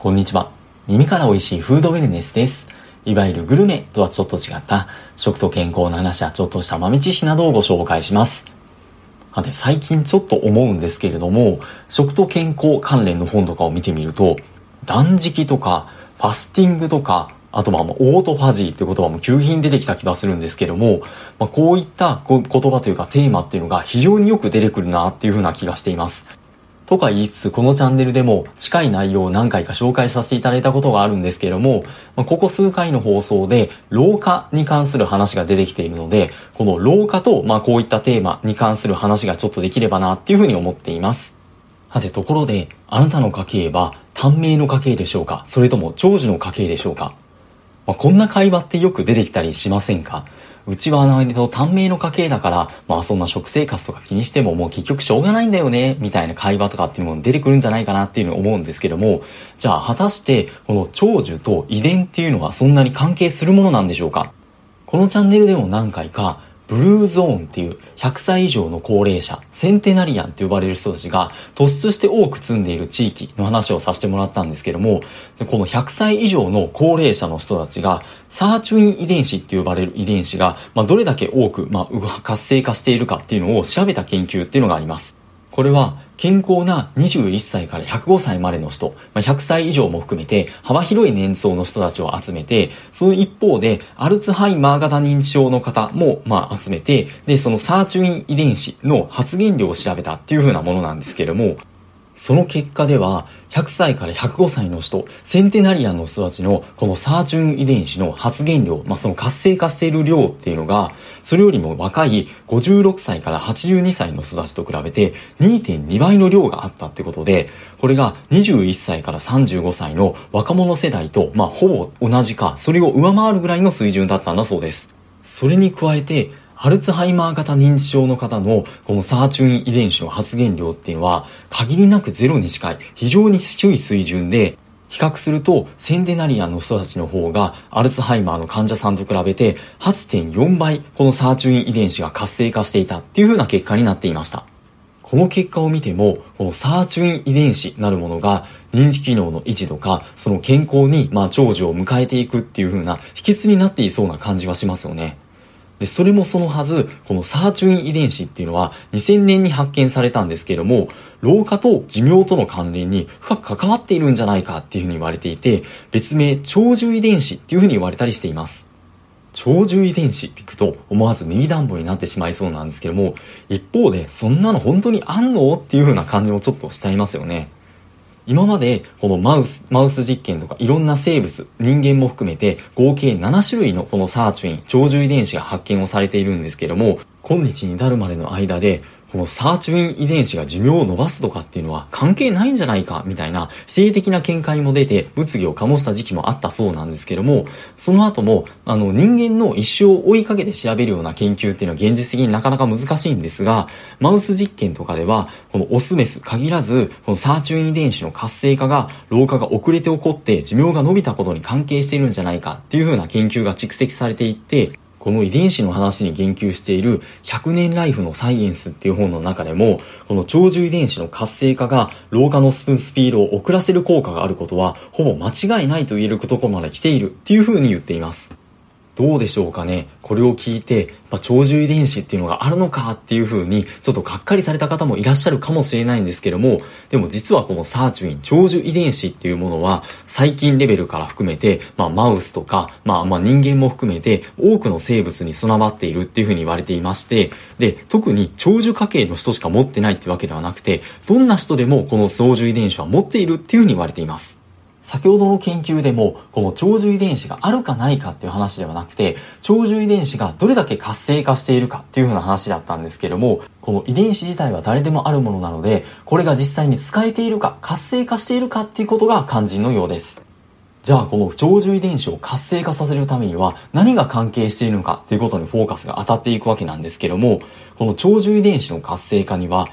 こんにちは。耳から美味しいフードウェルネスです。いわゆるグルメとはちょっと違った食と健康の話やちょっとした豆知識などをご紹介します。で、最近ちょっと思うんですけれども、食と健康関連の本とかを見てみると、断食とかファスティングとか、あとはオートファジーって言葉も急に出てきた気がするんですけども、こういった言葉というかテーマっていうのが非常によく出てくるなっていう風な気がしています。とか言いつつ、このチャンネルでも近い内容を何回か紹介させていただいたことがあるんですけれども、ここ数回の放送で老化に関する話が出てきているので、この老化とこういったテーマに関する話がちょっとできればなっていうふうに思っています。さて、ところで、あなたの家系は短命の家系でしょうか、それとも長寿の家系でしょうか。こんな会話ってよく出てきたりしませんか。うちは短命の家系だから、そんな食生活とか気にしてももう結局しょうがないんだよね、みたいな会話とかっていうのも出てくるんじゃないかなっていうのを思うんですけども、じゃあ果たしてこの長寿と遺伝っていうのはそんなに関係するものなんでしょうか。このチャンネルでも何回かブルーゾーンっていう100歳以上の高齢者、センテナリアンって呼ばれる人たちが突出して多く住んでいる地域の話をさせてもらったんですけども、この100歳以上の高齢者の人たちがサーチュイン遺伝子って呼ばれる遺伝子がどれだけ多く活性化しているかっていうのを調べた研究っていうのがあります。これは健康な21歳から105歳までの人、100歳以上も含めて幅広い年層の人たちを集めて、その一方でアルツハイマー型認知症の方も集めて、でそのサーチュイン遺伝子の発現量を調べたっていう風なものなんですけれども、その結果では100歳から105歳の人、センテナリアンの人たちのこのサーチュイン遺伝子の発現量、その活性化している量っていうのが、それよりも若い56歳から82歳の人たちと比べて 2.2 倍の量があったってことで、これが21歳から35歳の若者世代とほぼ同じか、それを上回るぐらいの水準だったんだそうです。それに加えてアルツハイマー型認知症の方のこのサーチュイン遺伝子の発現量っていうのは限りなくゼロに近い非常に低い水準で、比較するとセンテナリアンの人たちの方がアルツハイマーの患者さんと比べて 8.4 倍このサーチュイン遺伝子が活性化していたっていう風な結果になっていました。この結果を見ても、このサーチュイン遺伝子なるものが認知機能の維持とかその健康に長寿を迎えていくっていう風な秘訣になっていそうな感じはしますよね。で、それもそのはず、このサーチュイン遺伝子っていうのは2000年に発見されたんですけども、老化と寿命との関連に深く関わっているんじゃないかっていうふうに言われていて、別名長寿遺伝子っていうふうに言われたりしています。長寿遺伝子って聞くと思わず耳暖房になってしまいそうなんですけども、一方でそんなの本当にあんのっていうふうな感じもちょっとしちゃいますよね。今までこのマウス実験とかいろんな生物、人間も含めて合計7種類のこのサーチュイン、長寿遺伝子が発見をされているんですけども、今日に至るまでの間でこのサーチュイン遺伝子が寿命を伸ばすとかっていうのは関係ないんじゃないかみたいな否定的な見解も出て物議を醸した時期もあったそうなんですけども、その後も人間の一生を追いかけて調べるような研究っていうのは現実的になかなか難しいんですが、マウス実験とかではこのオスメス限らずこのサーチュイン遺伝子の活性化が老化が遅れて起こって寿命が伸びたことに関係しているんじゃないかっていう風な研究が蓄積されていって、この遺伝子の話に言及している100年ライフのサイエンスっていう本の中でも、この長寿遺伝子の活性化が老化のスピードを遅らせる効果があることはほぼ間違いないと言えるところまで来ているっていう風に言っています。どうでしょうかね。これを聞いて、長寿遺伝子っていうのがあるのかっていう風にちょっとがっかりされた方もいらっしゃるかもしれないんですけども、でも実はこのサーチュイン、長寿遺伝子っていうものは細菌レベルから含めて、マウスとか、人間も含めて多くの生物に備わっているっていう風に言われていまして、で、特に長寿家系の人しか持ってないってわけではなくて、どんな人でもこの長寿遺伝子は持っているっていう風に言われています。先ほどの研究でもこの長寿遺伝子があるかないかっていう話ではなくて、長寿遺伝子がどれだけ活性化しているかっていう風な話だったんですけども、この遺伝子自体は誰でもあるものなので、これが実際に使えているか活性化しているかっていうことが肝心のようです。じゃあこの長寿遺伝子を活性化させるためには何が関係しているのかっていうことにフォーカスが当たっていくわけなんですけども、この長寿遺伝子の活性化には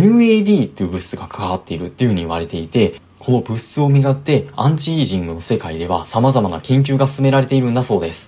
NAD っていう物質が関わっているっていう風に言われていて、この物質をめがってアンチエイジングの世界では様々な研究が進められているんだそうです。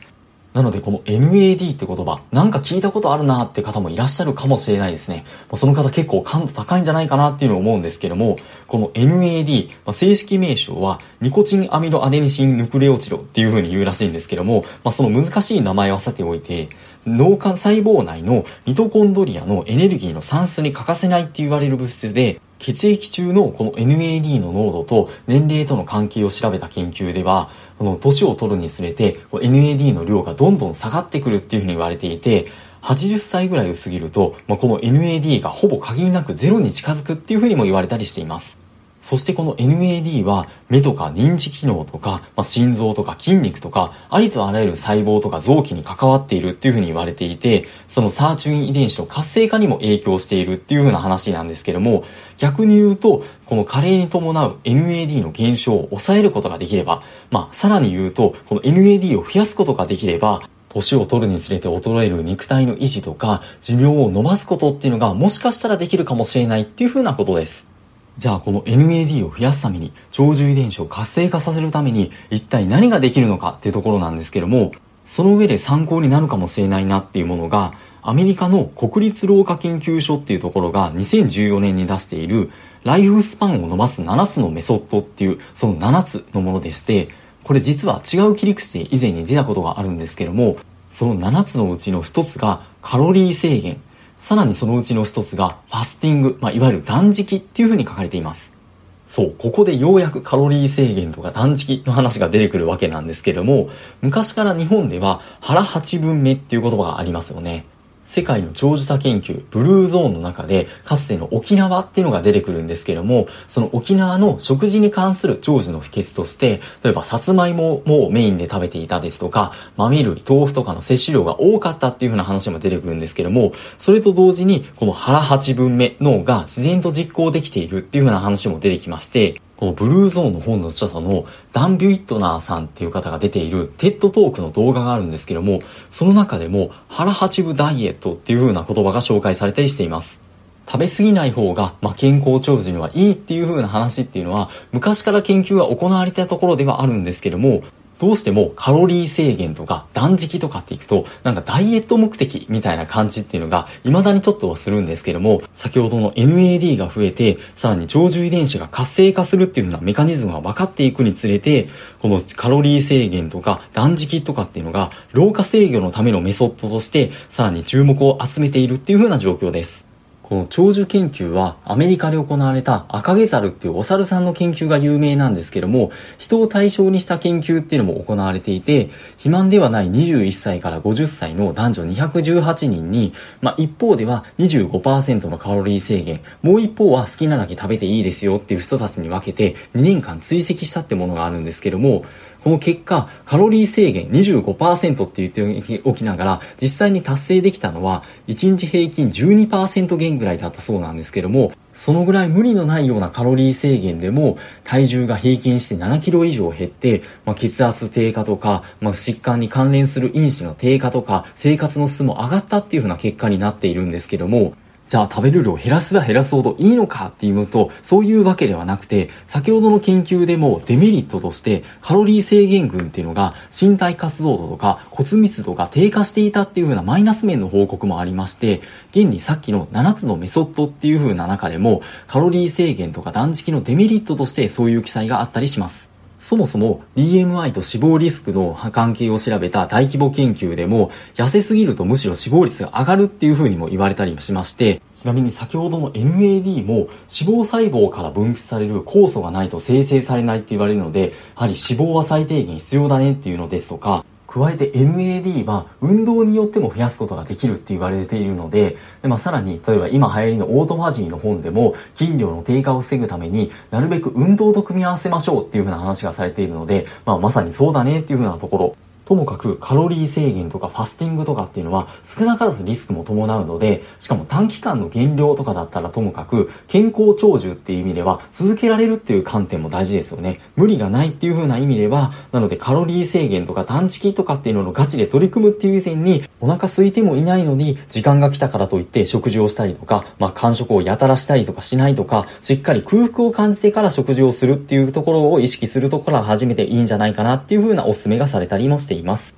なのでこの NAD って言葉、なんか聞いたことあるなって方もいらっしゃるかもしれないですね。その方結構感度高いんじゃないかなっていうのを思うんですけども、この NAD、正式名称はニコチンアミノアデニシンヌクレオチドっていう風に言うらしいんですけども、その難しい名前はさておいて、脳幹細胞内のミトコンドリアのエネルギーの産出に欠かせないって言われる物質で、血液中のこの NAD の濃度と年齢との関係を調べた研究では、年を取るにつれて NAD の量がどんどん下がってくるっていうふうに言われていて、80歳ぐらいを過ぎると、この NAD がほぼ限りなくゼロに近づくっていうふうにも言われたりしています。そしてこの NAD は目とか認知機能とか、心臓とか筋肉とかありとあらゆる細胞とか臓器に関わっているっていうふうに言われていて、そのサーチュイン遺伝子の活性化にも影響しているっていうふうな話なんですけども、逆に言うとこの加齢に伴う NAD の減少を抑えることができれば、さらに言うとこの NAD を増やすことができれば、年を取るにつれて衰える肉体の維持とか寿命を伸ばすことっていうのがもしかしたらできるかもしれないっていうふうなことです。じゃあこの NAD を増やすために、長寿遺伝子を活性化させるために一体何ができるのかっていうところなんですけども、その上で参考になるかもしれないなっていうものが、アメリカの国立老化研究所っていうところが2014年に出しているライフスパンを伸ばす7つのメソッドっていうその7つのものでして、これ実は違う切り口で以前に出たことがあるんですけども、その7つのうちの1つがカロリー制限、さらにそのうちの一つがファスティング、いわゆる断食っていう風に書かれています。そう、ここでようやくカロリー制限とか断食の話が出てくるわけなんですけども、昔から日本では腹8分目っていう言葉がありますよね。世界の長寿差研究ブルーゾーンの中でかつての沖縄っていうのが出てくるんですけども、その沖縄の食事に関する長寿の秘訣として、例えばさつまいももメインで食べていたですとか、豆類、豆腐とかの摂取量が多かったっていう風な話も出てくるんですけども、それと同時にこの腹8分目脳が自然と実行できているっていう風な話も出てきまして、このブルーゾーンの本の著者のダン・ビュイットナーさんっていう方が出ているテッドトークの動画があるんですけども、その中でも腹八分ダイエットっていう風な言葉が紹介されたりしています。食べ過ぎない方が、健康長寿にはいいっていう風な話っていうのは昔から研究が行われたところではあるんですけども、どうしてもカロリー制限とか断食とかっていくとなんかダイエット目的みたいな感じっていうのが未だにちょっとはするんですけども、先ほどの NAD が増えてさらに長寿遺伝子が活性化するっていうようなメカニズムが分かっていくにつれて、このカロリー制限とか断食とかっていうのが老化制御のためのメソッドとしてさらに注目を集めているっていう風な状況です。この長寿研究はアメリカで行われたアカゲザルっていうお猿さんの研究が有名なんですけども、人を対象にした研究っていうのも行われていて、肥満ではない21歳から50歳の男女218人に、一方では 25% のカロリー制限、もう一方は好きなだけ食べていいですよっていう人たちに分けて2年間追跡したってものがあるんですけども、この結果、カロリー制限 25% って言っておきながら、実際に達成できたのは、1日平均 12% 減ぐらいだったそうなんですけども、そのぐらい無理のないようなカロリー制限でも、体重が平均して7キロ以上減って、血圧低下とか、疾患に関連する因子の低下とか、生活の質も上がったっていう風な結果になっているんですけども、じゃあ食べる量を減らせば減らすほどいいのかっていうと、そういうわけではなくて、先ほどの研究でもデメリットとしてカロリー制限群っていうのが身体活動度とか骨密度が低下していたっていう風なマイナス面の報告もありまして、現にさっきの7つのメソッドっていう風な中でもカロリー制限とか断食のデメリットとしてそういう記載があったりします。そもそも BMI と死亡リスクの関係を調べた大規模研究でも、痩せすぎるとむしろ死亡率が上がるっていう風にも言われたりもしまして、ちなみに先ほどの NAD も脂肪細胞から分泌される酵素がないと生成されないって言われるので、やはり脂肪は最低限必要だねっていうのですとか、加えて NAD は運動によっても増やすことができるって言われているので、さらに例えば今流行りのオートファジーの本でも筋量の低下を防ぐためになるべく運動と組み合わせましょうっていう風な話がされているので、まさにそうだねっていう風なところ。ともかくカロリー制限とかファスティングとかっていうのは少なからずリスクも伴うので、しかも短期間の減量とかだったらともかく健康長寿っていう意味では続けられるっていう観点も大事ですよね。無理がないっていう風な意味では、なのでカロリー制限とか断食とかっていうののガチで取り組むっていう以前に、お腹空いてもいないのに時間が来たからといって食事をしたりとか、間食をやたらしたりとかしないとか、しっかり空腹を感じてから食事をするっていうところを意識するところから初めていいんじゃないかなっていう風なお勧めがされたりもしています。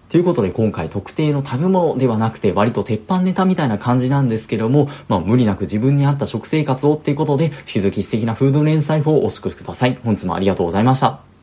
ということで今回特定の食べ物ではなくて割と鉄板ネタみたいな感じなんですけども、無理なく自分に合った食生活をっていうことで、引き続き素敵なフード連載法をお祝しください。本日もありがとうございました。